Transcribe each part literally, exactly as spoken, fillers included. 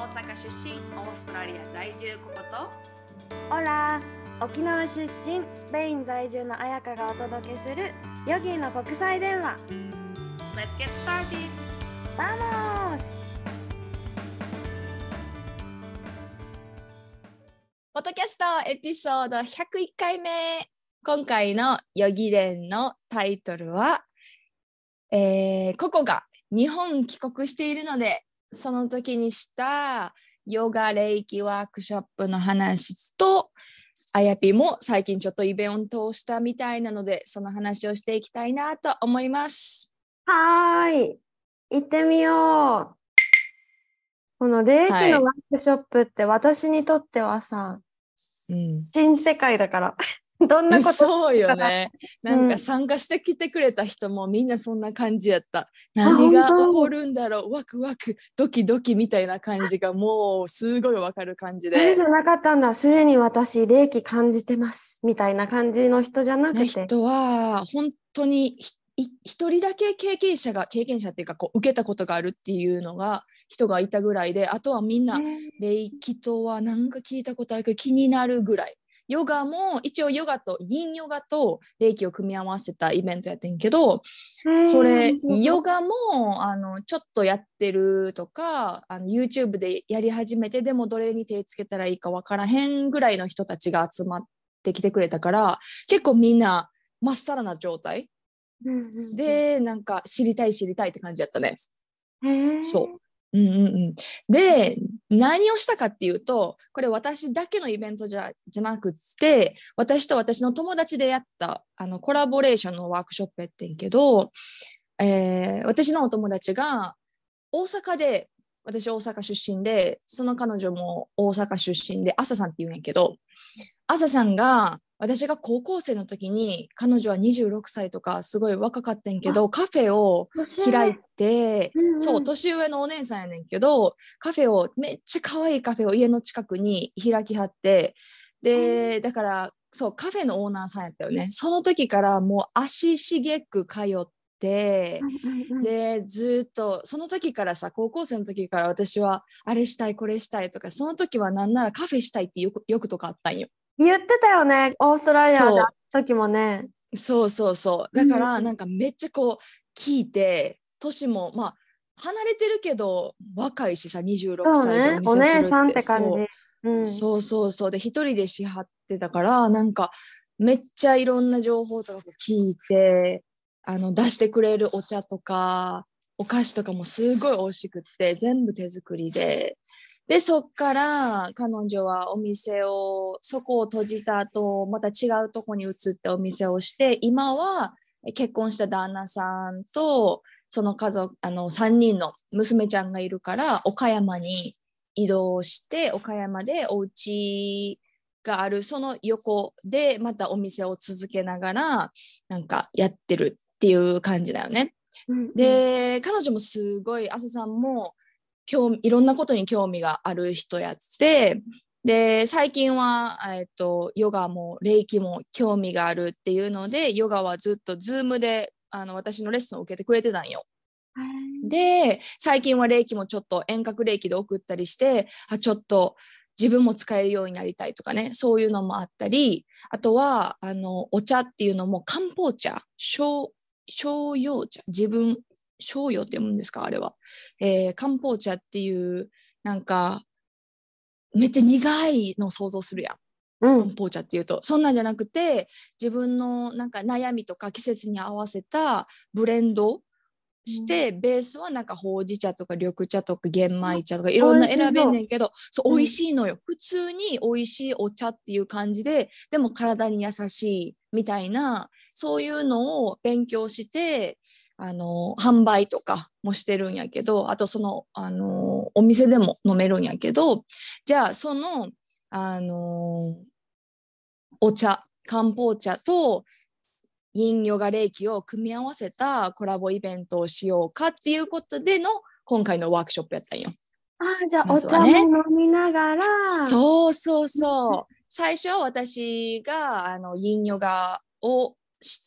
阪出身、オーストラリア在住ココとオラ沖縄出身、スペイン在住の彩香がお届けするヨギの国際電話。 Let's get started! ¡Vamos! ポッドキャストエピソードひゃくいっかいめ。今回のヨギ伝のタイトルは、えー、ココが日本帰国しているので、その時にしたヨガレイキワークショップの話と、あやぴも最近ちょっとイベントをしたみたいなので、その話をしていきたいなと思います。 はーい、行ってみよう。このレイキのワークショップって私にとってはさ、 うん、 新世界だからどんなことそうよね。なんか参加してきてくれた人もみんなそんな感じやった。何が起こるんだろう、ワクワクドキドキみたいな感じがもうすごいわかる感じで。 それじゃなかったんだ。すでに私霊気感じてますみたいな感じの人じゃなくて、 ね、人は本当に一人だけ経験者が経験者っていうかこう受けたことがあるっていうのが人がいたぐらいで、あとはみんな霊気とはなんか聞いたことあるけど気になるぐらい。ヨガも一応ヨガとインヨガと霊気を組み合わせたイベントやってんけど、それヨガもあのちょっとやってるとか、あの YouTube でやり始めて、でもどれに手つけたらいいかわからへんぐらいの人たちが集まってきてくれたから、結構みんなまっさらな状態で、なんか知りたい知りたいって感じやったね。そう。うんうんうん、で何をしたかっていうと、これ私だけのイベントじゃ、じゃなくって、私と私の友達でやったあのコラボレーションのワークショップやってんけど、えー、私のお友達が大阪で、私大阪出身で、その彼女も大阪出身で、朝さんって言うんやけど、朝さんが私が高校生の時に、彼女はにじゅうろくさいとかすごい若かったんけど、カフェを開いて、うんうん、そう年上のお姉さんやねんけど、カフェをめっちゃ可愛いカフェを家の近くに開きはって、でだからそうカフェのオーナーさんやったよね。その時からもう足しげく通ってでずっとその時からさ、高校生の時から私はあれしたいこれしたいとか、その時はなんならカフェしたいってよくよくとかあったんよ。 言ってたよね、オーストラリアで会った時もね。 そうそうそうだからなんかめっちゃこう聞いて、年もまあ離れてるけど若いしさ、にじゅうろくさいでお店するって、 そうね、お姉さんって感じ。 そう、うん、そうそうそうで一人でしはってたから、なんかめっちゃいろんな情報とか聞いて、あの出してくれるお茶とかお菓子とかもすごい美味しくって、全部手作りで、でそっから彼女はお店をそこを閉じた後また違うとこに移ってお店をして、今は結婚した旦那さんとその家族あのさんにんの娘ちゃんがいるから岡山に移動して、岡山でお家があるその横でまたお店を続けながらなんかやってるっていう感じだよね、うんうん、で彼女もすごい、朝さんも興味いろんなことに興味がある人やって、で最近は、えっと、ヨガもレイキも興味があるっていうので、ヨガはずっとズームであの私のレッスンを受けてくれてたんよ。で最近はレイキもちょっと遠隔レイキで送ったりして、あちょっと自分も使えるようになりたいとかね、そういうのもあったり、あとはあのお茶っていうのも漢方茶、小葉茶、自分商用って読むんですかあれは、えー、漢方茶っていうなんかめっちゃ苦いのを想像するやん、うん、漢方茶っていうとそんなんじゃなくて、自分のなんか悩みとか季節に合わせたブレンドして、うん、ベースはなんかほうじ茶とか緑茶とか玄米茶とかいろんな選べんねんけど、そう美味しいのよ、うん、普通に美味しいお茶っていう感じで、でも体に優しいみたいな、そういうのを勉強してあの販売とかもしてるんやけど、あとその、あのお店でも飲めるんやけど、じゃあその、あのお茶、漢方茶とインヨガレイキを組み合わせたコラボイベントをしようかっていうことでの今回のワークショップやったんよ。 あ、じゃあ、まずはね、お茶も飲みながら。 そうそうそう。最初私があのインヨガをして、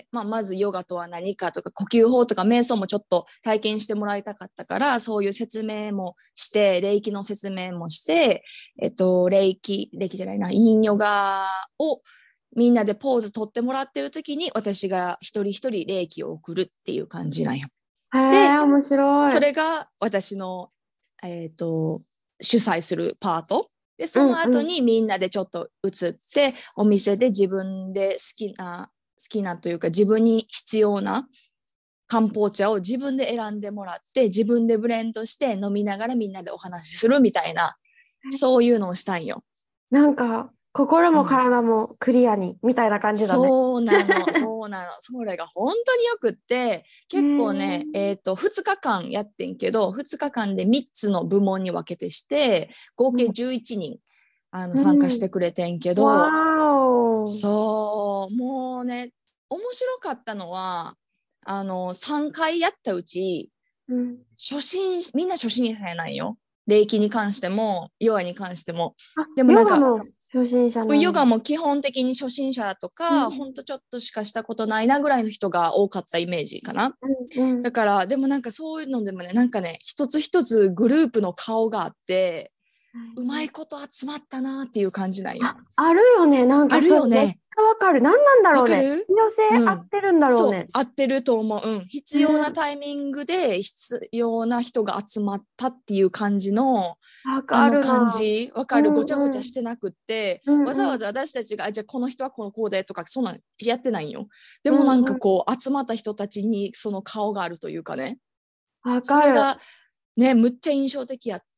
まあ、まずヨガとは何かとか呼吸法とか瞑想もちょっと体験してもらいたかったから、そういう説明もして霊気の説明もして、えっと、霊気霊気じゃないなインヨガをみんなでポーズ取ってもらってる時に私が一人一人霊気を送るっていう感じなんよ。 へでえ、面白い。 それが私の、えっと、主催するパートで、その後うんうん。 にみんなでちょっと移って、お店で自分で好きな好きなというか自分に必要な漢方茶を自分で選んでもらって自分でブレンドして飲みながらみんなでお話しするみたいな、そういうのをしたんよ。 なんか、心もうん、 体もクリアに、みたいな感じだね。 そうなのそうなのそれが本当によくって結構ね、 へえー、とふつかかんやってんけどふつかかんでみっつの部門に分けてして合計じゅういちにんあのうん参加してくれてんけど、 わーお。 そうもうね面白かったのはあのさんかいやったうちうん初心みんな初心者やないよ。霊気に関してもヨガに関しても。 あ、 でもなんかヨガも初心者なんだ。 ヨガも基本的に初心者とか、 うんほんとちょっとしかしたことないなぐらいの人が多かったイメージかな。 うんうんだからでもなんかそういうのでもねなんかね一つ一つグループの顔があってうまいこと集まったなっていう感じなんよ。 あ、あるよね。なんあるかそれめっちよね。 ゃわかる。何なんだろうね。 わかる？ 必要性うん。 合ってるんだろうそう、 ね。 合ってると思う。うん。必要なタイミングで必要な人が集まったっていう感じの、 わあのかるな。 感じ、わかる？ うんごちゃごちうん。 ゃしてなくって、 うんわざわうん。 ざ私たちが、あじゃあこの人はこのこうでとか、そんなんやってないんよ。でもなんうんうん。 かこう、集まった人たちにその顔があるというかね。 わかる。 それがね、むっちゃ印象的やって、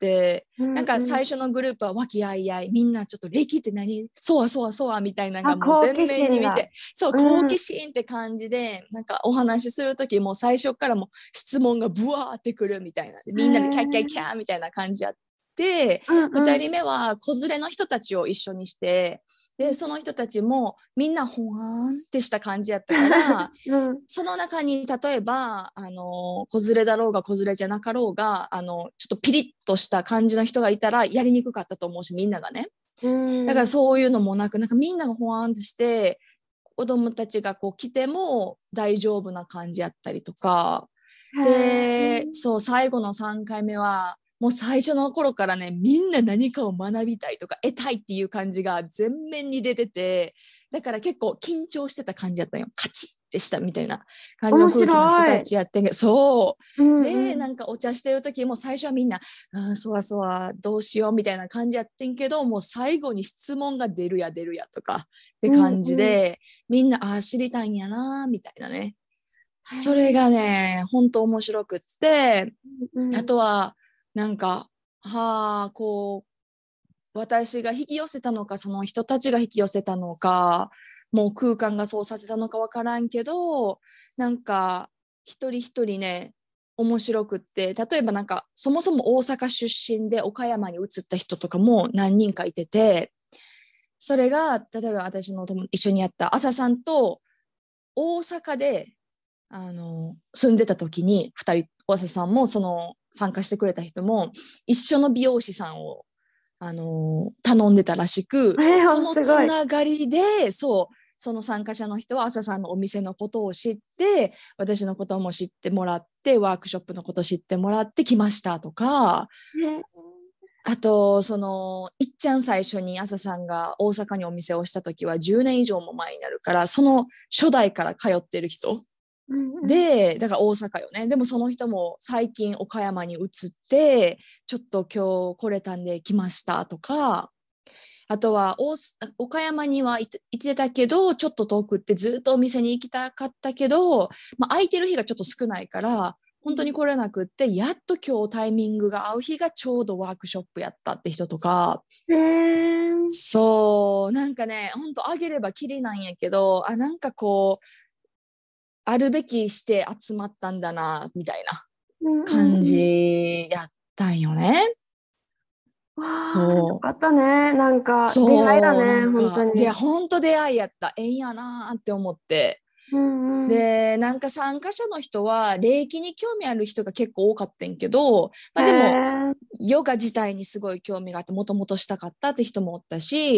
うんなんかうん。 最初のグループは和気あいあい、みんなちょっと歴って何そわそわそわみたいなのあ、 がもう全好奇心だ。 面に見て、そう、好うん。 奇心って感じで、なんかお話しするときも最初からも質問がブワーってくるみたいな。みへんなでキャッキャッキえ。 ャーみたいな感じやって、 うん二うん。 人目は子連れの人たちを一緒にして、で、その人たちもみんなほわーんってした感じやったから、 うん。 その中に例えばあの子連れだろうが子連れじゃなかろうがあのちょっとピリッとした感じの人がいたらやりにくかったと思うしみんながね。 うだからん。 そういうのもなくなんかみんながほわんとして子供たちがこう来ても大丈夫な感じやったりとかへえ。 でそう最後のさんかいめはもう最初の頃からねみんな何かを学びたいとか得たいっていう感じが全面に出ててだから結構緊張してた感じやったんよカチッってしたみたいな感じの面空気の人た白い。 ちやってんけどそううんうん。 でなんかお茶してる時も最初はみんなあそわそわどうしようみたいな感じやってんけどもう最後に質問が出るや出るやとかってうん感じうん。 でみんなあ知りたいんやなみたいなねへえ。 それがね本当面白くってあうん。 とはなんかはあこう私が引き寄せたのかその人たちが引き寄せたのかもう空間がそうさせたのかわからんけどなんか一人一人ね面白くって例えばなんかそもそも大阪出身で岡山に移った人とかも何人かいててそれが例えば私の友一緒にやった朝さんと大阪であの住んでた時にふたり大阪さんもその参加してくれた人も一緒の美容師さんをあの頼んでたらしくえー、 そのすごい。 つながりでそうその参加者の人は朝さんのお店のことを知って私のことも知ってもらってワークショップのこと知ってもらって来ましたとかえあとそのいっちゃん最初に朝さんが大阪にお店をした時はじゅうねん以上も前になるからその初代から通ってる人うんうん。 でだから大阪よねでもその人も最近岡山に移ってちょっと今日来れたんで来ましたとかあとは大岡山にはいて、いてたけどちょっと遠くってずっとお店に行きたかったけど、まあ、空いてる日がちょっと少ないから本当に来れなくってやっと今日タイミングが合う日がちょうどワークショップやったって人とかえー、 そうなんかね本当あげればきりなんやけどあなんかこうあるべきして集まったんだなみたいなうんうん感うん。 じやったんよね。 わあ、よそうかったね。なんか、出会いだそうなね、 んかいや本当に。 本当出会いやった縁やなって思ってうんうん。 でなんか参加者の人は霊気に興味ある人が結構多かったんけど、まへあ、でもえ。 ヨガ自体にすごい興味があってもともとしたかったって人もおったし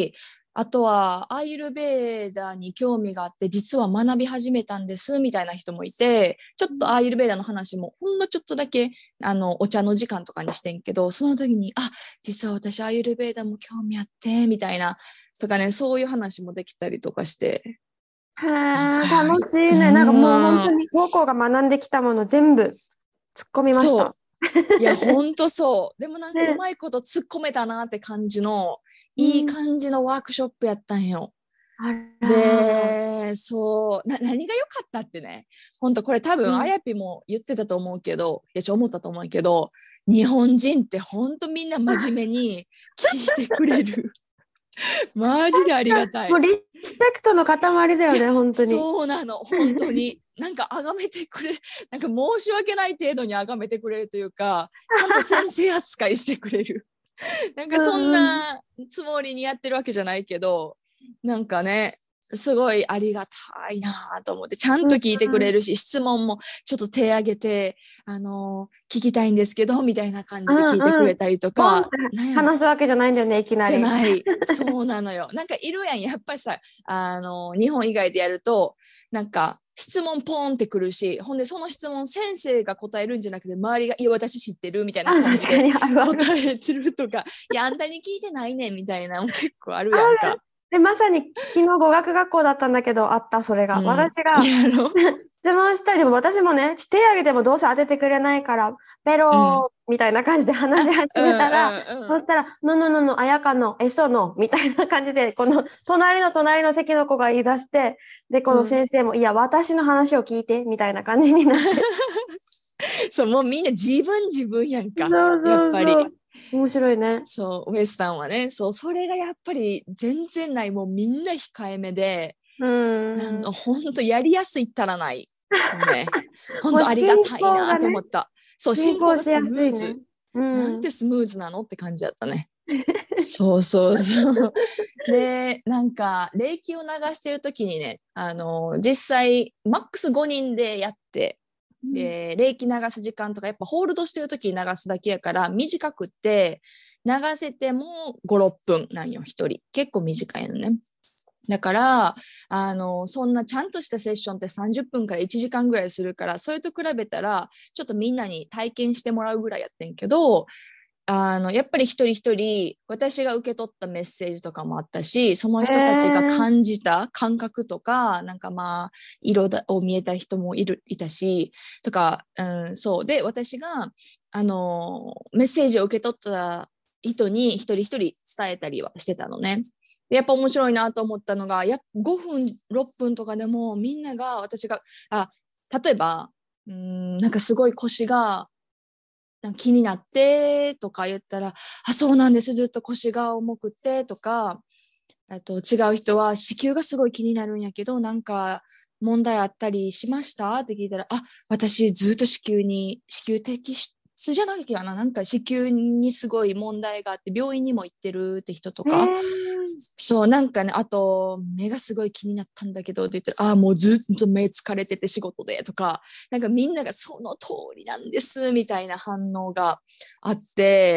あとはアーユルベーダに興味があって実は学び始めたんですみたいな人もいて、ちょっとアーユルベーダの話もほんのちょっとだけあのお茶の時間とかにしてんけど、その時にあ実は私アーユルベーダも興味あってみたいなとかね、そういう話もできたりとかして、 へー、楽しいね。なんかもう本当に高校が学んできたもの全部突っ込みました。 いやほんとそう。でもなんかうまいこと突っ込めたなって感じの、ね、いい感じのワークショップやったんよ。 うん、 でそうな何が良かったってね、ほんとこれ多分、うん、あやぴも言ってたと思うけど、いやちょ思ったと思うけど、日本人ってほんとみんな真面目に聞いてくれるマジでありがたい。 もうリスペクトの塊だよね、本当に。 そうなの、本当になんか崇めてくれ、なんか申し訳ない程度に崇めてくれるというか、ちゃんと先生扱いしてくれるなんかそんなつもりにやってるわけじゃないけど、なんかねすごいありがたいなと思って、ちゃんと聞いてくれるし、うん、質問もちょっと手挙げて、あのー、聞きたいんですけどみたいな感じで聞いてくれたりとか、 うんうん、話すわけじゃないんだよね、いきなり。 じゃないそうなのよ。なんかいるやん、やっぱりさ、あのー、日本以外でやるとなんか質問ポンってくるし、ほんでその質問先生が答えるんじゃなくて周りがいや私知ってるみたいな感じで答えてるとかいやあんたに聞いてないねんみたいなの結構あるやんか。 でまさに昨日語学学校だったんだけどあったそれが、うん、私が質問したりでも私もね手挙げてもどうせ当ててくれないからペロー、うん、みたいな感じで話し始めたら、うんうんうん、そしたらののののあやかのえそのみたいな感じでこの隣の隣の席の子が言い出してでこの先生も、うん、いや私の話を聞いてみたいな感じになってそうもうみんな自分自分やんか。 そうそうそうやっぱり面白いね。 そうウエスタンはね、そうそれがやっぱり全然ない、もうみんな控えめで、うん本当やりやすいったらない、ね、本当ありがたいなと思った、ね、そう進行がスムーズ、ねうん、なんてスムーズなのって感じだったねそうそうそうでなんか霊気を流してる時にね、あの実際マックスごにんでやってで霊気流す時間とかやっぱホールドしてる時に流すだけやから短くって流せてもご、ろっぷんなんよひとり、結構短いのね。だからあのそんなちゃんとしたセッションってさんじゅっぷんからいちじかんぐらいするから、それと比べたらちょっとみんなに体験してもらうぐらいやってんけど、あのやっぱり一人一人私が受け取ったメッセージとかもあったし、その人たちが感じた感覚とか、なんかまあ色を見えた人もいるいたしとか、うん、そうで私があのメッセージを受け取った人に一人一人伝えたりはしてたのね。でやっぱ面白いなと思ったのがやごふんろっぷんとかでもみんなが私があ例えばうーんなんかすごい腰が気になってとか言ったらあそうなんですずっと腰が重くてとか、あと違う人は子宮がすごい気になるんやけどなんか問題あったりしましたって聞いたらあ私ずっと子宮に子宮摘出じゃないけどななんか子宮にすごい問題があって病院にも行ってるって人とか、そうなんかねあと目がすごい気になったんだけどって言ったらあもうずっと目疲れてて仕事でとか、なんかみんながその通りなんですみたいな反応があって、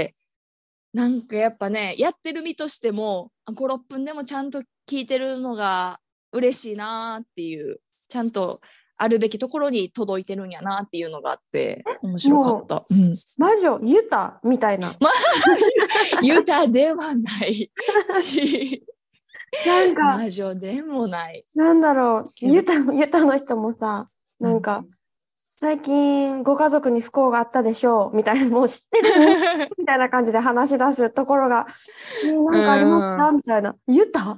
なんかやっぱねやってる身としてもご、ろっぷんでもちゃんと聞いてるのが嬉しいなっていう、ちゃんとあるべきところに届いてるんやなっていうのがあって面白かった。うん、 魔女ユタみたいな、 まあ、ユタではないなんか魔女でもない、 なんだろうユタ、ユタの人もさなんか、うん、最近ご家族に不幸があったでしょうみたいな、もう知ってるみたいな感じで話し出すところがなんかありましたみたいな、ユタ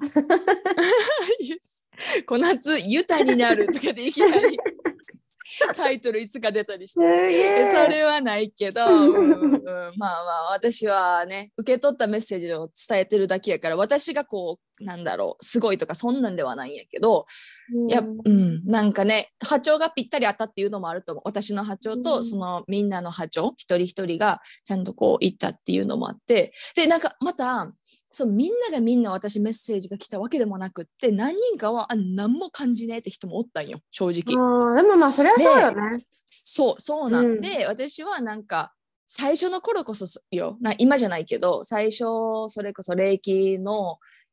この夏ユタになるとかでいきなりタイトルいつか出たりしてそれはないけど、うんうん、まあまあ私はね受け取ったメッセージを伝えてるだけやから私がこうなんだろうすごいとかそんなんではないんやけど、うんやうん、なんかね波長がぴったりあったっていうのもあると思う。私の波長とそのみんなの波長一人一人がちゃんとこういったっていうのもあって、でなんかまたそうみんながみんな私メッセージが来たわけでもなくって何人かはあ何も感じねえって人もおったんよ正直。 あでもまあそりゃそうよね。 そうそうなんで、うん、私はなんか最初の頃こそよな今じゃないけど最初それこそ霊気の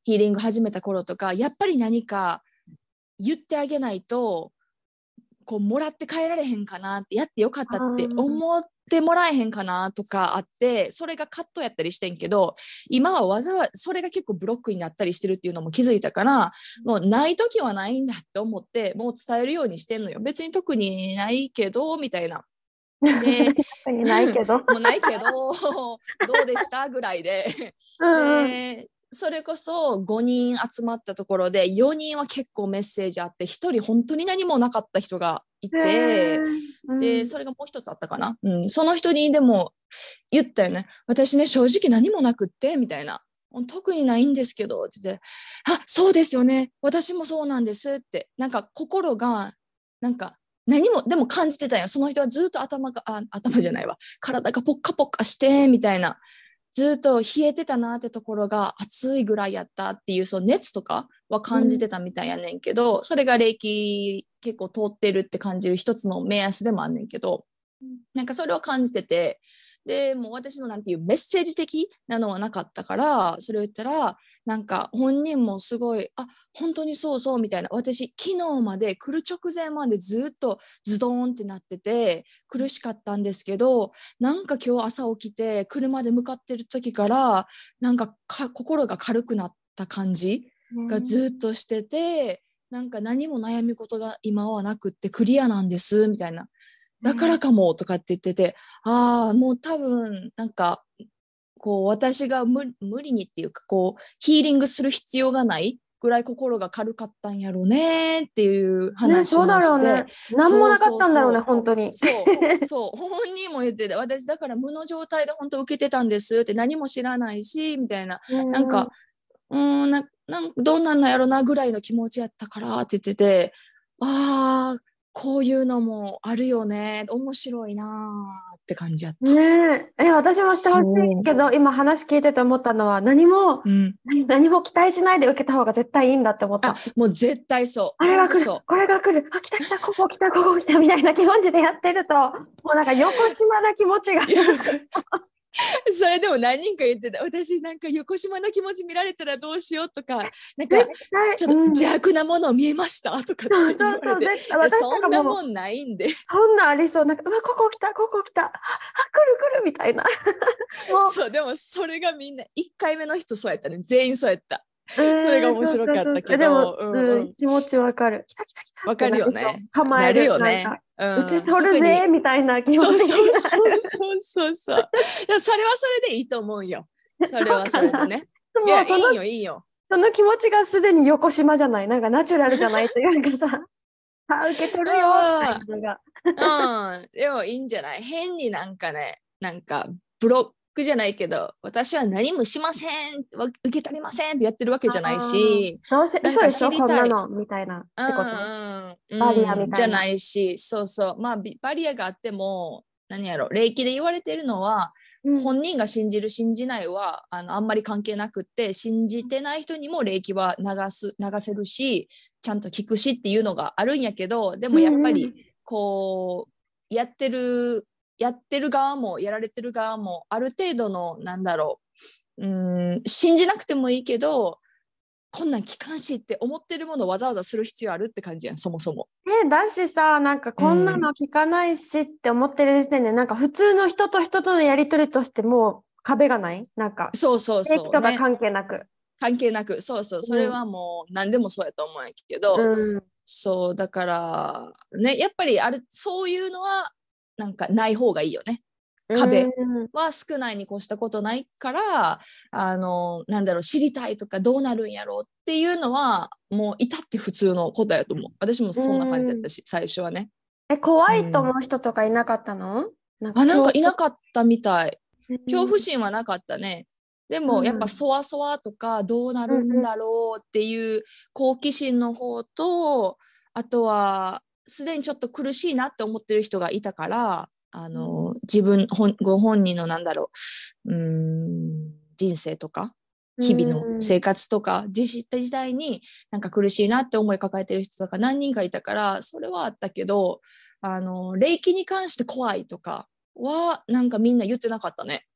ヒーリング始めた頃とかやっぱり何か言ってあげないとこうもらって帰られへんかなってやってよかったって思ってもらえへんかなとかあってそれがカットやったりしてんけど今はわざわざそれが結構ブロックになったりしてるっていうのも気づいたからもうない時はないんだって思ってもう伝えるようにしてんのよ別に特にないけどみたいなでないけどもうないけどどうでしたぐらいで、 うん、 でそれこそごにん集まったところでよにんは結構メッセージあってひとり本当に何もなかった人がいて、うん、でそれがもう一つあったかな、うん、その人にでも言ったよね私ね正直何もなくってみたいな特にないんですけどって言ってあそうですよね私もそうなんですってなんか心がなんか何もでも感じてたよその人はずっと頭があ頭じゃないわ体がポッカポカしてみたいなずっと冷えてたなってところが暑いぐらいやったっていうその熱とかは感じてたみたいやねんけど、うん、それが霊気結構通ってるって感じる一つの目安でもあんねんけど、うん、なんかそれを感じててでもう私のなんていうメッセージ的なのはなかったからそれを言ったらなんか本人もすごいあ本当にそうそうみたいな私昨日まで来る直前までずっとズドーンってなってて苦しかったんですけどなんか今日朝起きて車で向かってる時からなんかか心が軽くなった感じがずっとしててなんか何も悩み事が今はなくってクリアなんですみたいなだからかもとかって言っててああもう多分なんかこう私が 無, 無理にっていうかこうヒーリングする必要がないぐらい心が軽かったんやろうねっていう話もして、ね、そうだろうね何もなかったんだろうね本当にそうそう本人も言ってて私だから無の状態で本当受けてたんですって何も知らないしみたいななんかうーんななんどうなんのやろなぐらいの気持ちやったからって言っててああこういうのもあるよね面白いなって感じやった。 ねえ、え私もしてほしいけど今話聞いてて思ったのは何も、うん、何も期待しないで受けた方が絶対いいんだって思った。 あもう絶対そうあれが来るこれが来るあ来た来たここ来たここ来たみたいな気持ちでやってるともうなんか横島な気持ちがそれでも何人か言ってた私なんか横島な気持ち見られたらどうしようとかなんかちょっと邪悪なものを見えました、うん、とかって言われてそうそうそうそんなもんないんでそんなありそうなんかうわここ来たここ来たあ来る来るみたいなもうそうでもそれがみんないっかいめの人そうやったね全員そうやった、えー、それが面白かったけどでも、うんうん、気持ちわかる来た来た来たわかるよね構えるよねうん、受け取るぜみたいな気持ちそうそうそうそうそうそういやそれはそれでいいと思うよそれはそれでねいやいいよいいよその気持ちがすでに横島じゃないなんかナチュラルじゃないというかさあ受け取るよっていうのがうんでもいいんじゃない変になんかねなんかブロックじゃないけど私は何もしません受け取りませんってやってるわけじゃないしどうせ嘘でしょこんなのみたいなってこと、 うん、 バリアみたいなじゃないしそうそうまあバリアがあっても何やろ霊気で言われてるのは、うん、本人が信じる信じないはあのあんまり関係なくって信じてない人にも霊気は流す流せるしちゃんと聞くしっていうのがあるんやけどでもやっぱりこうやってるやってる側もやられてる側もある程度のなんだろう、うん信じなくてもいいけどこんなん聞かんしって思ってるものをわざわざする必要あるって感じやんそもそも。 えだしさなんかこんなの聞かないしって思ってる時点で、うん、なんか普通の人と人とのやり取りとしてもう壁がないなんかそうそうそう、ね、 人が関係なく関係なくそうそうそれはもう何でもそうやと思うんやけど、うん、そうだからねやっぱりあるそういうのはなんかない方がいいよね壁は少ないに越したことないからあのなんだろう知りたいとかどうなるんやろうっていうのはもう至って普通のことやと思う私もそんな感じだったし最初はねえ怖いと思う人とかいなかったの、 うん、なんかあなんかいなかったみたい恐怖心はなかったねでもやっぱそわそわとかどうなるんだろうっていう好奇心の方とあとはすでにちょっと苦しいなって思ってる人がいたからあの自分ご本人のなんだろう、うーん人生とか日々の生活とか自身時代になんか苦しいなって思い抱えてる人とか何人かいたからそれはあったけどあの霊気に関して怖いとかはなんかみんな言ってなかったね。 え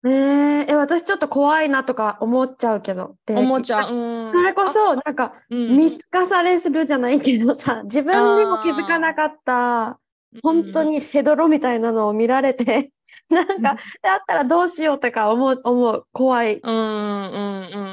えー、え、私ちょっと怖いなとか思っちゃうけど。で、 思っちゃう。うん。 それこあ、 そ、なんか、 うん。 見透かされするじゃないけどさ、自分にも気づかなあかった、 ー、う本当ん。 にヘドロみたいなのを見られて、なんか、だったらどうしようとか思う、思う、怖い。 うんうんうん。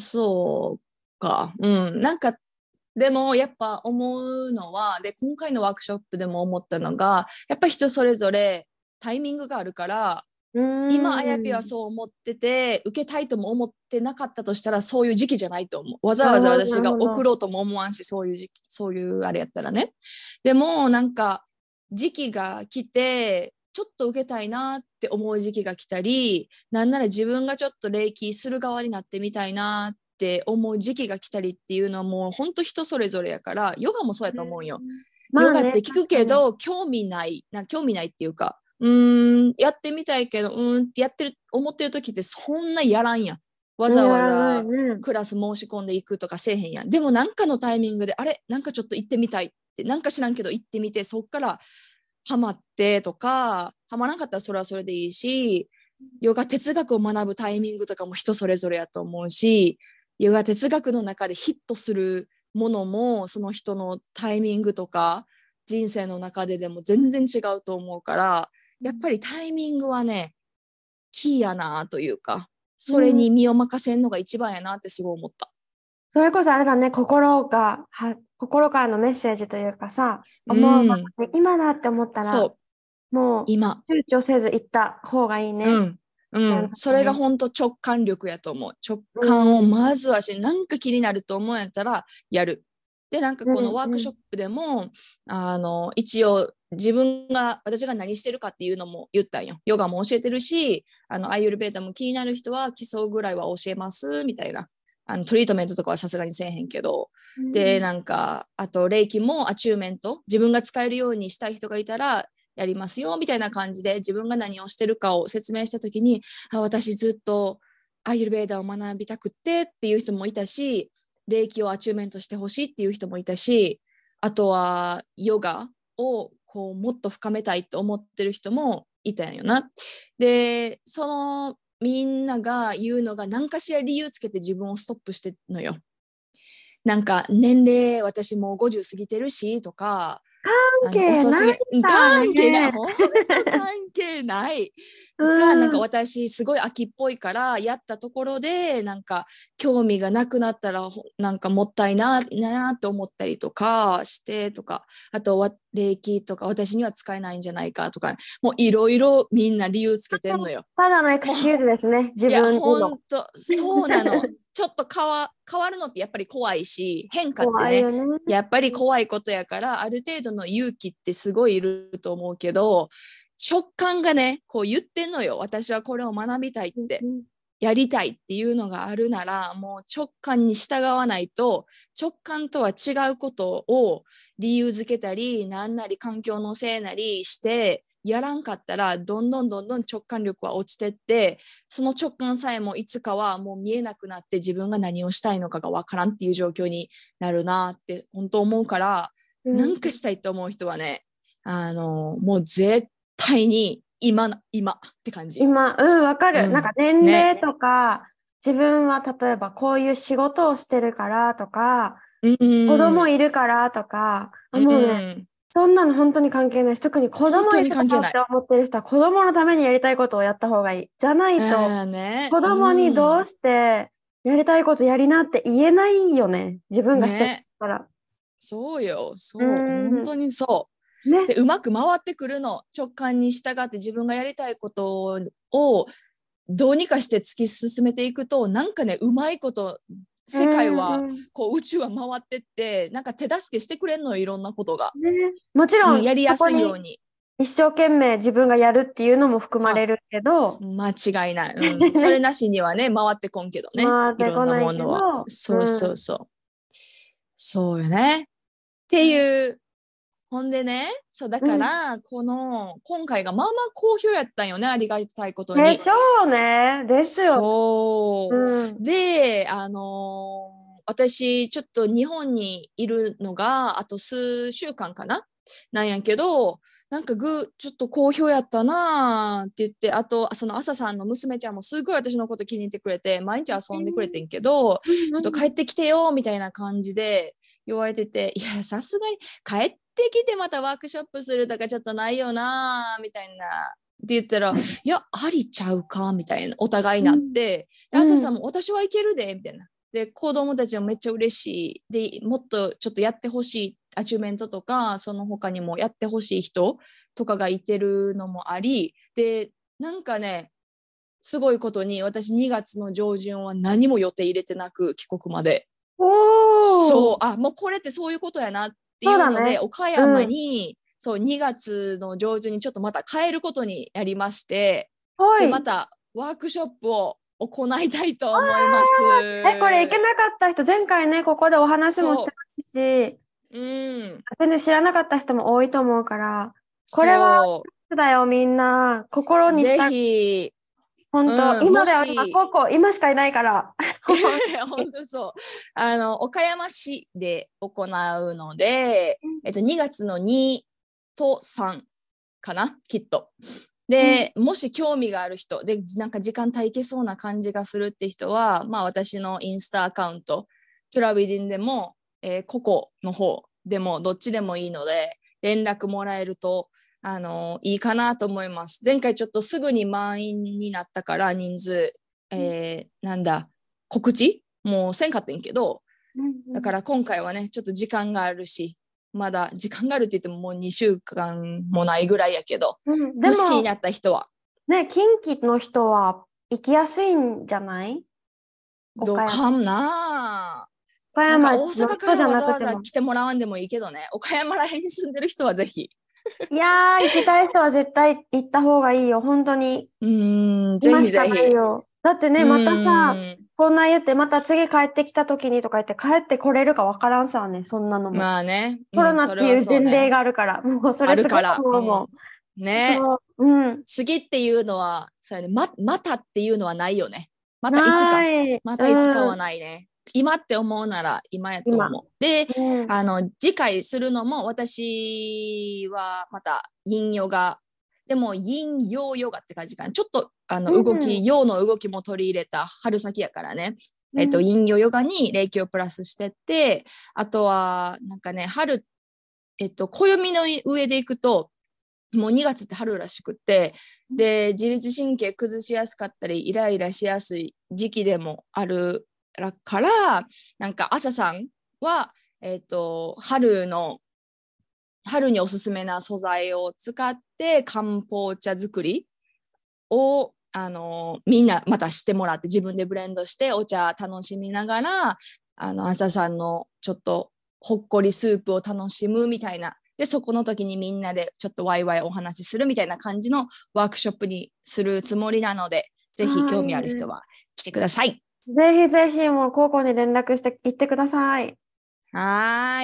そうか。うん。なんか、でもやっぱ思うのは、で、今回のワークショップでも思ったのが、やっぱ人それぞれタイミングがあるから、 う今、あやぴはーん。 そう思ってて、受けたいとも思ってなかったとしたら、そういう時期じゃないと思う。わざわざなるほど、な私がるほど。 送ろうとも思わんし、そういう時期、そういうあれやったらね。でも、なんか、時期が来て、ちょっと受けたいなって思う時期が来たり、なんなら自分がちょっと霊気する側になってみたいなって思う時期が来たりっていうのはもう本当人それぞれやから、ヨガもそうやうと思うよ。 ん、まヨあね、 ガって聞く確かに。 けど、興味ない、な興味ないっていうか、うーん、やってみたいけど、うーんってやってる、思ってる時ってそんなやらんやん。わざやらないわざね。 クラス申し込んでいくとかせえへんやん。でもなんかのタイミングで、あれなんかちょっと行ってみたいって、なんか知らんけど行ってみて、そっからハマってとか、ハマらなかったらそれはそれでいいし、ヨガ哲学を学ぶタイミングとかも人それぞれやと思うし、ヨガ哲学の中でヒットするものもその人のタイミングとか人生の中ででも全然違うと思うから、やっぱりタイミングはね、キーやなというか、それうん。 に身を任せんのが一番やなってすごい思った。 それこそあれだね、心が、は、心からのメッセージというかさ、 う思うままん、 で今だって思ったら、 そう、 もう今。 躊躇せず行った方がいいね。 うん。うなるん。それがほどね。 本当直感力やと思う。直う感をん。 まずはし、なんか気になると思うんやったらやる。で、なんかうこのワーんうん。 クショップでも、あの、一応自分が、私が何してるかっていうのも言ったんよ。ヨガも教えてるし、あの、アイユルベータも気になる人は基礎ぐらいは教えます、みたいな。あの、トリートメントとかはさすがにせえへんけど。で、 うんなんか、あと、霊気もアチューメント、自分が使えるようにしたい人がいたら、やりますよみたいな感じで自分が何をしてるかを説明した時に、あ、私ずっとアーユルベーダを学びたくってっていう人もいたし、霊気をアチューメントしてほしいっていう人もいたし、あとはヨガをこうもっと深めたいと思ってる人もいたんよな。で、そのみんなが言うのが何かしら理由つけて自分をストップしてるのよ。なんか年齢私もうごじゅう過ぎてるしとか、あの、お関係ないすすめ、関さ係ない、 ね。 ほんと関係ない。 うとか、なんかん。 私すごい秋っぽいからやったところで、なんか興味がなくなったら、なんかもったいな、なと思ったりとかしてとか、あとは霊気とか私には使えないんじゃないかとか、もういろいろみんな理由つけてんのよ。 ただのエクもう、 スキューズですね、自いや、 分にの。 ほんと、そうなの。ちょっと変わ、変わるのってやっぱり怖いし、変化ってね、 怖いよね。 やっぱり怖いことやから、ある程度の勇気ってすごいいると思うけど、直感がね、こう言ってんのよ。私はこれを学びたいって、やりたいっていうのがあるなら、もう直感に従わないと、直感とは違うことを理由づけたり、なんなり環境のせいなりして、やらんかったらどんどんどんどん直感力は落ちてって、その直感さえもいつかはもう見えなくなって自分が何をしたいのかがわからんっていう状況になるなって本当思うから、 うん、 なんかしたいと思う人はね、あのもう絶対に今今って感じ。 今、うん、わかる。なんかうん。ね。 年齢とか、自分は例えばこういう仕事をしてるからとか、 う子供ん。 いるからとか、あ、 うもうね、 ん。 そんなの本当に関係ないし、特に子本当供いるかに関係ない。 らって思ってる人は子供のためにやりたいことをやった方がいい。じゃないと、 ああね。 子供にうん。 どうしてやりたいことやりなって言えないよね。自分がしてるね。 から。 そうよ。 うそう。本当ん。 にそう。 ね。 で、うまく回ってくるの。直感に従って自分がやりたいことをどうにかして突き進めていくと、なんかね、うまいこと、 う世界は、 ん。 こう宇宙は回ってって、なんか手助けしてくれんのよ、いろんなことが。 ね。もちろうん、 ん、 やりやそこにすいように。 一生懸命自分がやるっていうのも含まれあ、 るけど、 間違いない。うん。それね。 なしにはね、回ってこんけどね。 回っていろんなこないけものは。 ど、 そううん。 そうそう。そうよね。っていう。ほんでね、そうだうん。 から、この、今回がまあまあ好評やったんよね、ありがたいことに。 でしょうね。ですよ。 そうん。 う。で、あのー私、ちょっと日本にいるのが、あと数週間かななんやけど、 なんかグちょっと好評やったなって言って、あとその朝さんの娘ちゃんもすごい私のこと気に入ってくれて毎日遊んでくれてんけど、ちょっと帰ってきてよみたいな感じで言われてて、いやさすがに帰ってきてまたワークショップするとかちょっとないよなみたいなって言ったら、いやありちゃうかみたいなお互いになって、で朝さんも私はいけるでみたいな。で子供たちもめっちゃ嬉しいで、もっとちょっとやってほしいアチュメントとかその他にもやってほしい人とかがいてるのもありで、なんかねすごいことに私にがつの上旬は何も予定入れてなく帰国まで、 おそうあもうこれってそういうことやなっていうので、ね、岡山に、うん、そうにがつの上旬にちょっとまた帰ることになりまして、でまたワークショップを行いたいと思います。 えこれ行けなかった人前回ねここでお話もしてますし、うん、全然知らなかった人も多いと思うからこれはだよみんな心にしたぜひ本当、うん、今だよ今ここ今しかいないから本当そうあの岡山市で行うので、えっと、にがつのにとさんかなきっとで、うん、もし興味がある人でなんか時間帯いけそうな感じがするって人は、まあ、私のインスタアカウントトゥラウィディンでも、えー、ココの方でもどっちでもいいので連絡もらえるとあのいいかなと思います。前回ちょっとすぐに満員になったから人数、えー、なんだ告知もうせんかったんけど、だから今回はねちょっと時間があるしまだ時間があるって言ってももうにしゅうかんもないぐらいやけど、うん、でももし気になった人はね近畿の人は行きやすいんじゃない？ どうかな岡山大阪からわざわざ来てもらわんでもいいけどね岡山らへんに住んでる人はぜひいやー行きたい人は絶対行った方がいいよ本当に。 うんぜひぜひだってねまたさこんな言ってまた次帰ってきた時にとか言って帰ってこれるかわからんさねそんなのもまあね、 うん、コロナっていう前例があるから、もうそれすごい思うもん、 うん、ねそう、うん、次っていうのはそれ、ね、ま, またっていうのはないよねまたいつかまたいつかはないね、うん、今って思うなら今やと思うで、うん、あの次回するのも私はまたインヨガでもインヨーヨガって感じかなちょっとあの動き、うん、ヨーの動きも取り入れた春先やからね、えっと、インヨヨガに霊気をプラスしてって、あとはなんかね春、えっと、暦の上でいくともうにがつって春らしくってで自律神経崩しやすかったりイライラしやすい時期でもあるからなんか朝さんは、えっと、春の春におすすめな素材を使って漢方茶作りをあのみんなまたしてもらって自分でブレンドしてお茶楽しみながらあの朝さんのちょっとほっこりスープを楽しむみたいなでそこの時にみんなでちょっとワイワイお話しするみたいな感じのワークショップにするつもりなのでぜひ興味ある人は来てください。 ぜひぜひもう高校に連絡して行ってください。 はい。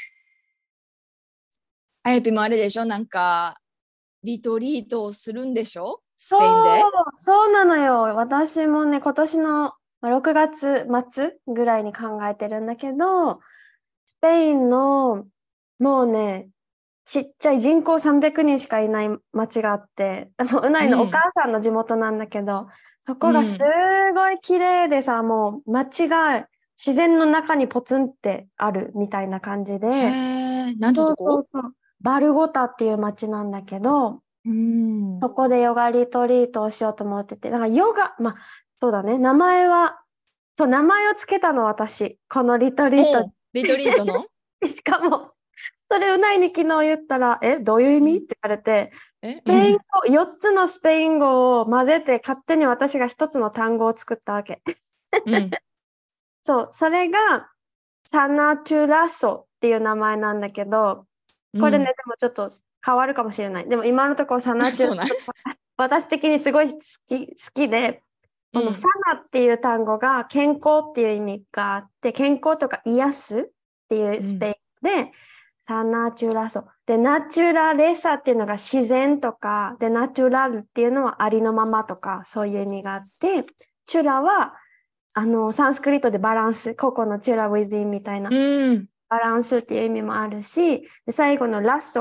あやぴもあれでしょなんかリトリートをするんでしょスペインで。 そうそうなのよ私もね今年のろくがつ末ぐらいに考えてるんだけどスペインのもうねちっちゃい人口さんびゃくにんしかいない町があってうないのお母さんの地元なんだけど、うん、そこがすごい綺麗でさ、うん、もう町が自然の中にポツンってあるみたいな感じでへーなんてとこ？ そうそうそうバルゴタっていう町なんだけど、 うん、 そこでヨガリトリートをしようと思ってて、なんかヨガ、まあそうだね、名前は、そう、名前をつけたの私、このリトリート。 リトリートのしかも、それうないに昨日言ったら、え、どういう意味って言われて、スペイン語、よっつのスペイン語を混ぜて、勝手に私がひとつの単語を作ったわけ。うん、そう、それが、サナチュラソっていう名前なんだけど、これね、うん、でもちょっと変わるかもしれない。でも今のところサナチュラソ私的にすごい好き、好きで、このサナっていう単語が健康っていう意味があって、健康とか癒すっていうスペインで、うん、サナチュラソ。で、ナチュラレサっていうのが自然とか、で、ナチュラルっていうのはありのままとか、そういう意味があって、チュラは、あの、サンスクリットでバランス、個々のチュラウィズビンみたいな、うん、バランスっていう意味もあるし、で最後のラッソ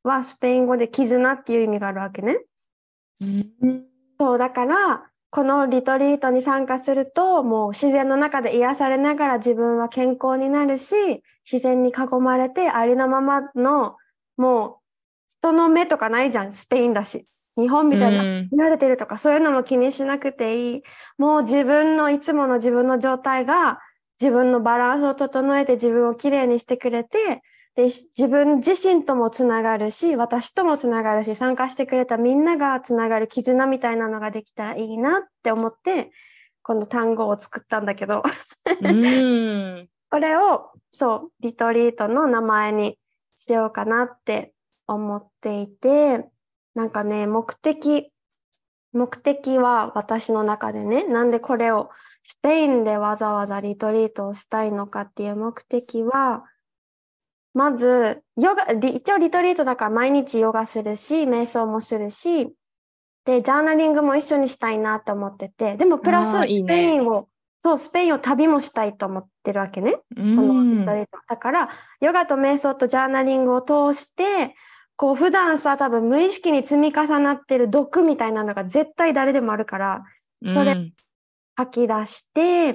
はスペイン語で絆っていう意味があるわけね。 うん、 そうだからこのリトリートに参加するともう自然の中で癒されながら自分は健康になるし、自然に囲まれてありのままのもう人の目とかないじゃん、スペインだし。日本みたいな見られてるとかそういうのも気にしなくていい。もう自分のいつもの自分の状態が自分のバランスを整えて自分をきれいにしてくれて、で自分自身ともつながるし、私ともつながるし、参加してくれたみんながつながる絆みたいなのができたらいいなって思ってこの単語を作ったんだけどうんこれをそうリトリートの名前にしようかなって思っていて、なんかね、目的目的は私の中でね、なんでこれをスペインでわざわざリトリートをしたいのかっていう目的は、まずヨガ、一応リトリートだから毎日ヨガするし、瞑想もするし、でジャーナリングも一緒にしたいなと思ってて、でもプラススペインをいいね、そうスペインを旅もしたいと思ってるわけね、このリトリートだからヨガと瞑想とジャーナリングを通してこう普段さ多分無意識に積み重なってる毒みたいなのが絶対誰でもあるから、それを吐き出して、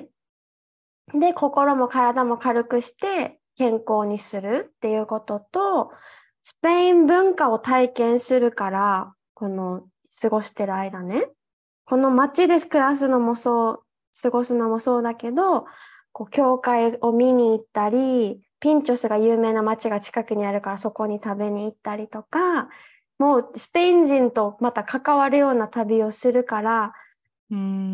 うん、で心も体も軽くして健康にするっていうことと、スペイン文化を体験するから、この過ごしてる間ね、この街で暮らすのもそう過ごすのもそうだけど、こう教会を見に行ったり、ピンチョスが有名な街が近くにあるからそこに食べに行ったりとか、もうスペイン人とまた関わるような旅をするから、 うん、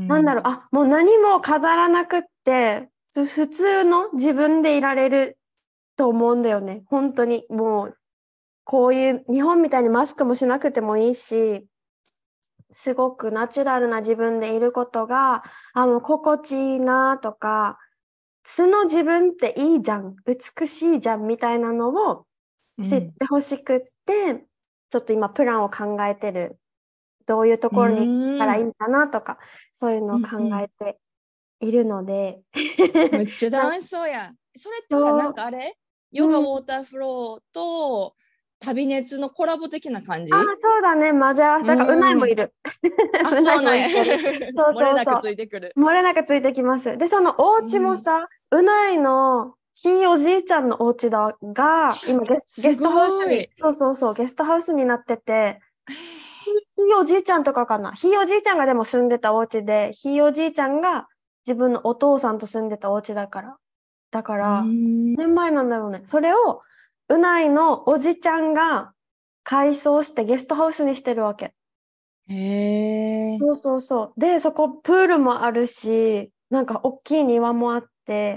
なんだろう、あ、もう何も飾らなくって普通の自分でいられると思うんだよね。本当にもうこういう日本みたいにマスクもしなくてもいいし、すごくナチュラルな自分でいることがあもう心地いいなとか、素の自分っていいじゃん、美しいじゃんみたいなのを知ってほしくって、うん、ちょっと今プランを考えてる。どういうところに行ったらいいかなとか、そういうのを考えているので、 うんうん、めっちゃ楽しそうや。それってさ、なんかあれヨガウォーターフローと旅熱のコラボ的な感じ？ あ、そうだね、混ぜ合わせだからうないもいる。 あ、そうなんや。漏れなくついてくる。 漏れなくついてきます。でそのお家もさ、うん、うないのひいおじいちゃんのお家だが今ゲス、ゲストハウスにそうそうそうゲストハウスになってて、ひいおじいちゃんとかかな、ひいおじいちゃんがでも住んでたお家で、ひいおじいちゃんが自分のお父さんと住んでたお家だからだから何年前なんだろうね。それをうないのおじちゃんが改装してゲストハウスにしてるわけ。 へー。 そうそうそう。でそこプールもあるし、なんか大きい庭もあって、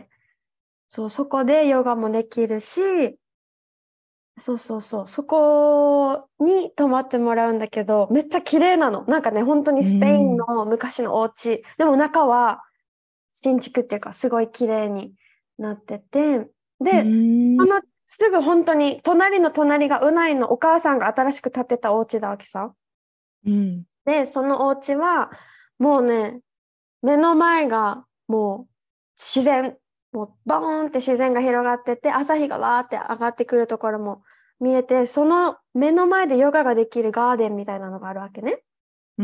そう、そこでヨガもできるし、そうそうそう、そこに泊まってもらうんだけど、めっちゃ綺麗なの。なんかね、本当にスペインの昔のお家、でも中は新築っていうかすごい綺麗になってて、で、そのすぐ本当に隣の隣がうないのお母さんが新しく建てたお家だわけさ。 うん、 で、そのお家はもうね、目の前がもう自然、もうドーンって自然が広がってて、朝日がわーって上がってくるところも見えて、その目の前でヨガができるガーデンみたいなのがあるわけね。 うん、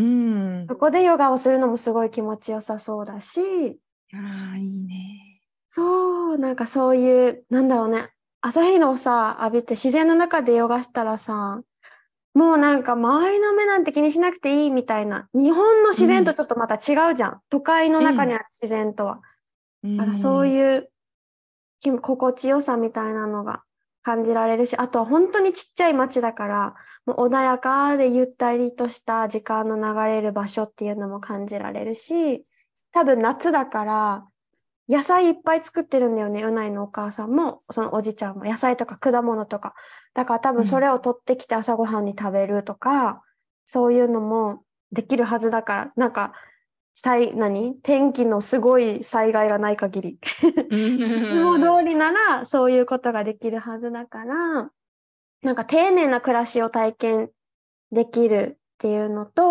そこでヨガをするのもすごい気持ちよさそうだし、 あー、いいね。 そう、なんかそういう、なんだろうね、朝日のさ浴びて自然の中でヨガしたらさ、もうなんか周りの目なんて気にしなくていいみたいな、日本の自然とちょっとまた違うじゃん、うん、都会の中にある自然とは、うん、だからそういう心地よさみたいなのが感じられるし、あとは本当にちっちゃい町だからもう穏やかでゆったりとした時間の流れる場所っていうのも感じられるし、多分夏だから野菜いっぱい作ってるんだよね、うないのお母さんもそのおじちゃんも野菜とか果物とか、だから多分それを取ってきて朝ごはんに食べるとか、うん、そういうのもできるはずだから、なんか災何天気のすごい災害がない限りいつも通りならそういうことができるはずだから、なんか丁寧な暮らしを体験できるっていうのと、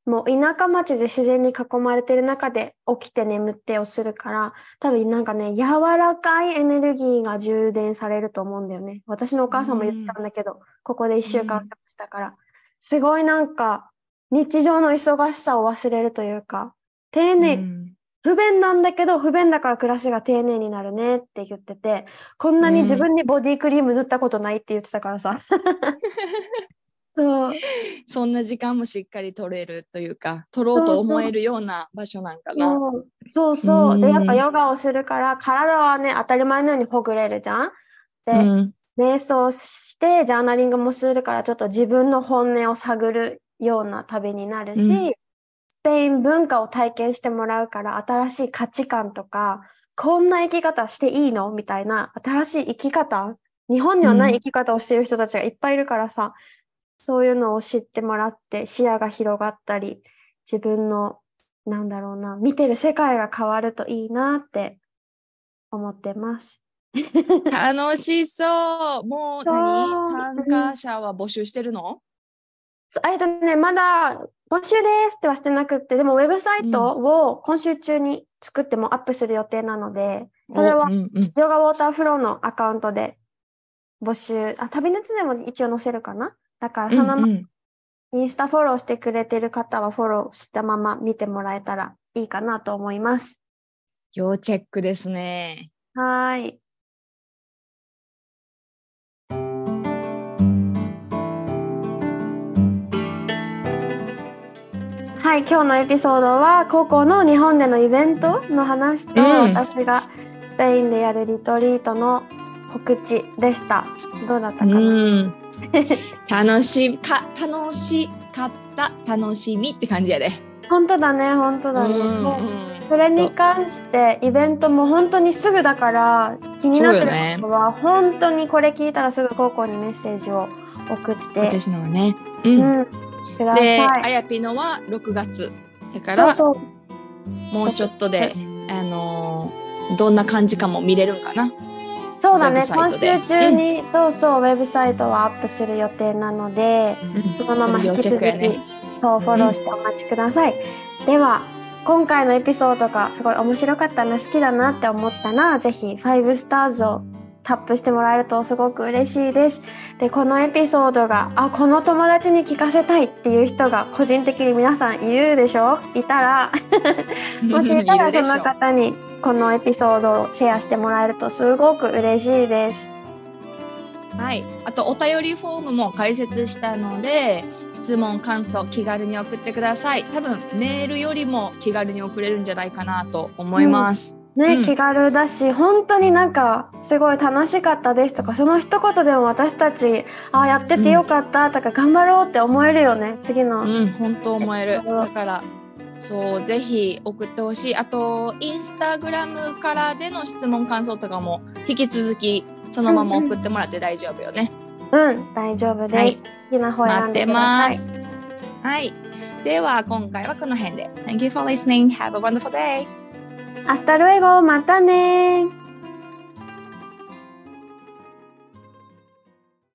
もう田舎町で自然に囲まれてる中で起きて眠ってをするから、多分なんかね、柔らかいエネルギーが充電されると思うんだよね。私のお母さんも言ってたんだけど、ここで一週間過ごしたから、すごいなんか日常の忙しさを忘れるというか、丁寧、 うん不便なんだけど、不便だから暮らしが丁寧になるねって言ってて、こんなに自分にボディクリーム塗ったことないって言ってたからさ。そう。 そんな時間もしっかり取れるというか、取ろうと思えるような場所なんかな。 そうそうそう。で、やっぱヨガをするから、体はね、当たり前のようにほぐれるじゃん。で、 うん、 瞑想して、ジャーナリングもするから、ちょっと自分の本音を探るような旅になるし、 うんスペイン文化を体験してもらうから、新しい価値観とか、こんな生き方していいのみたいな、新しい生き方、日本にはない生き方をしている人たちがいっぱいいるからさ、そういうのを知ってもらって視野が広がったり、自分のなんだろうな、見てる世界が変わるといいなって思ってます。 楽しそう。もう何参加者は募集してるの？ えっとね、まだ募集ですってはしてなくって、でもウェブサイトを今週中に作ってもアップする予定なので、それはうんうん、 ヨガウォーターフローのアカウントで募集、あ、旅熱でも一応載せるかな。だからそのまま、 うんうん、 インスタフォローしてくれてる方はフォローしたまま見てもらえたらいいかなと思います。 要チェックですね。 はい。はい、今日のエピソードは高校の日本でのイベントの話と、うん、私がスペインでやるリトリートの告知でした。どうだったかな？うん楽しか楽しかった楽しみって感じやで。 本当だね本当だね。うんうん、それに関してイベントも本当にすぐだから気になってる人は、ね、本当にこれ聞いたらすぐ高校にメッセージを送って私のはね。 うん。うんで、あやぴのはろくがつだからそうそうもうちょっとで、あのー、どんな感じかも見れるんかな。 そうだね、今週中に、うん、そうそうウェブサイトはアップする予定なので、うん、そのまま引き続き、ね、そうフォローしてお待ちください、うん、では今回のエピソードがすごい面白かったな好きだなって思ったらぜひファイブスターズをタップしてもらえるとすごく嬉しいです。で、このエピソードがあこの友達に聞かせたいっていう人が個人的に皆さんいるでしょ？いたらもしいたらその方にこのエピソードをシェアしてもらえるとすごく嬉しいです。 はい、あとお便りフォームも開設したので質問感想気軽に送ってください。多分メールよりも気軽に送れるんじゃないかなと思います、 うん、ね、 うん、 気軽だし本当になんかすごい楽しかったですとかその一言でも私たちあやっててよかったとか、うん、頑張ろうって思えるよね次の、 うん、本当思える。だからそうぜひ送ってほしい。あとインスタグラムからでの質問感想とかも引き続きそのまま送ってもらって大丈夫よね。 うん、うん、大丈夫です、はい、好きな方選んでください。 待ってます。はい、では今回はこの辺で Thank you for listening. Have a wonderful day. Hasta luego. またね。